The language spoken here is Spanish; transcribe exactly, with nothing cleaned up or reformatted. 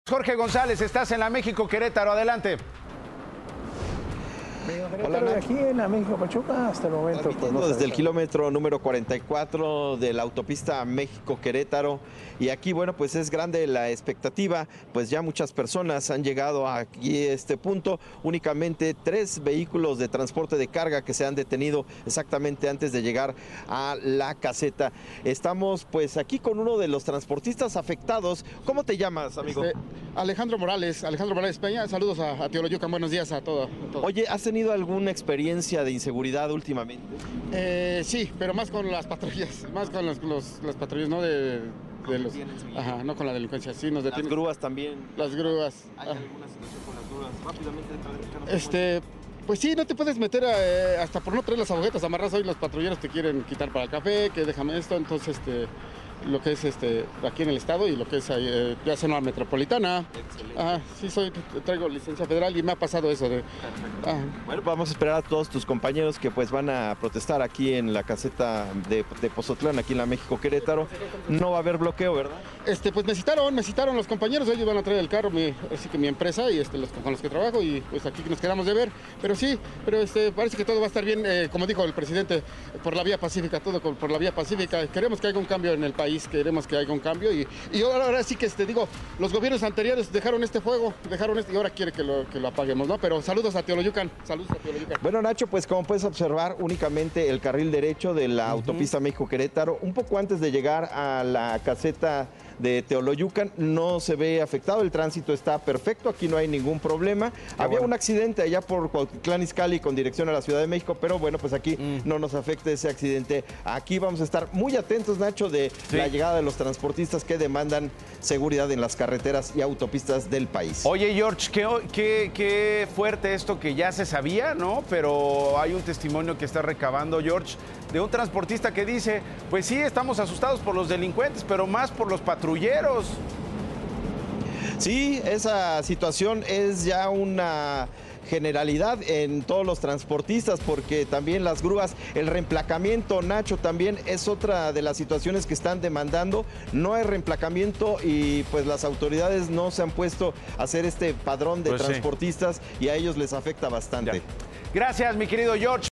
Jorge González, estás en la México Querétaro, adelante. Hola, de aquí en la México Pachuca hasta el momento. Pues, no desde el kilómetro número cuarenta y cuatro de la autopista México-Querétaro. Y aquí, bueno, pues es grande la expectativa, pues ya muchas personas han llegado aquí a este punto. Únicamente tres vehículos de transporte de carga que se han detenido exactamente antes de llegar a la caseta. Estamos pues aquí con uno de los transportistas afectados. ¿Cómo te llamas, amigo? Este, Alejandro Morales, Alejandro Morales Peña. Saludos a, a Teoloyucan, buenos días a todos. Todo. Oye, ¿has tenido alguna experiencia de inseguridad últimamente? Eh, sí, pero más con las patrullas, más con los, los, las patrullas, no de, de los... Ajá, no con la delincuencia, sí nos detienen. Las grúas también. Las grúas. ¿Hay ah. alguna situación con las grúas? Rápidamente, dentro de Este... Pues sí, no te puedes meter a, eh, hasta por no traer las agujetas amarradas. Hoy los patrulleros te quieren quitar para el café, que déjame esto, entonces este, lo que es este aquí en el estado y lo que es ahí, eh, ya zona metropolitana. Excelente. Ah, sí, soy, traigo licencia federal y me ha pasado eso de... Ah. Bueno, vamos a esperar a todos tus compañeros que pues van a protestar aquí en la caseta de, de Pozotlán, aquí en la México Querétaro. No va a haber bloqueo, ¿verdad? Este, pues me citaron, me citaron los compañeros, ellos van a traer el carro, mi, así que mi empresa y este, los con los que trabajo y pues aquí nos quedamos de ver. Pero sí, pero este, parece que todo va a estar bien, eh, como dijo el presidente, por la vía pacífica, todo con, por la vía pacífica. Queremos que haya un cambio en el país, queremos que haya un cambio y, y ahora, ahora sí que te este, digo, los gobiernos anteriores dejaron este fuego, dejaron este y ahora quiere que lo, que lo apaguemos, ¿no? Pero saludos a Teoloyucan, saludos a Teoloyucan. Bueno, Nacho, pues como puedes observar, únicamente el carril derecho de la uh-huh. autopista México-Querétaro, un poco antes de llegar a la caseta de Teoloyucan, no se ve afectado, el tránsito está perfecto, aquí no hay ningún problema. Qué Había bueno. un accidente allá por Cuautitlán Izcalli con dirección a la Ciudad de México, pero bueno, pues aquí mm. no nos afecta ese accidente. Aquí vamos a estar muy atentos, Nacho, de sí. la llegada de los transportistas que demandan seguridad en las carreteras y autopistas del país. Oye, George, qué, qué, qué fuerte esto que ya se sabía, ¿no? Pero hay un testimonio que está recabando, George, de un transportista que dice, pues sí, estamos asustados por los delincuentes, pero más por los patrulleros. Sí, esa situación es ya una generalidad en todos los transportistas, porque también las grúas, el reemplacamiento, Nacho, también es otra de las situaciones que están demandando. No hay reemplacamiento y pues las autoridades no se han puesto a hacer este padrón de pues transportistas sí. y a ellos les afecta bastante. Ya. Gracias, mi querido George.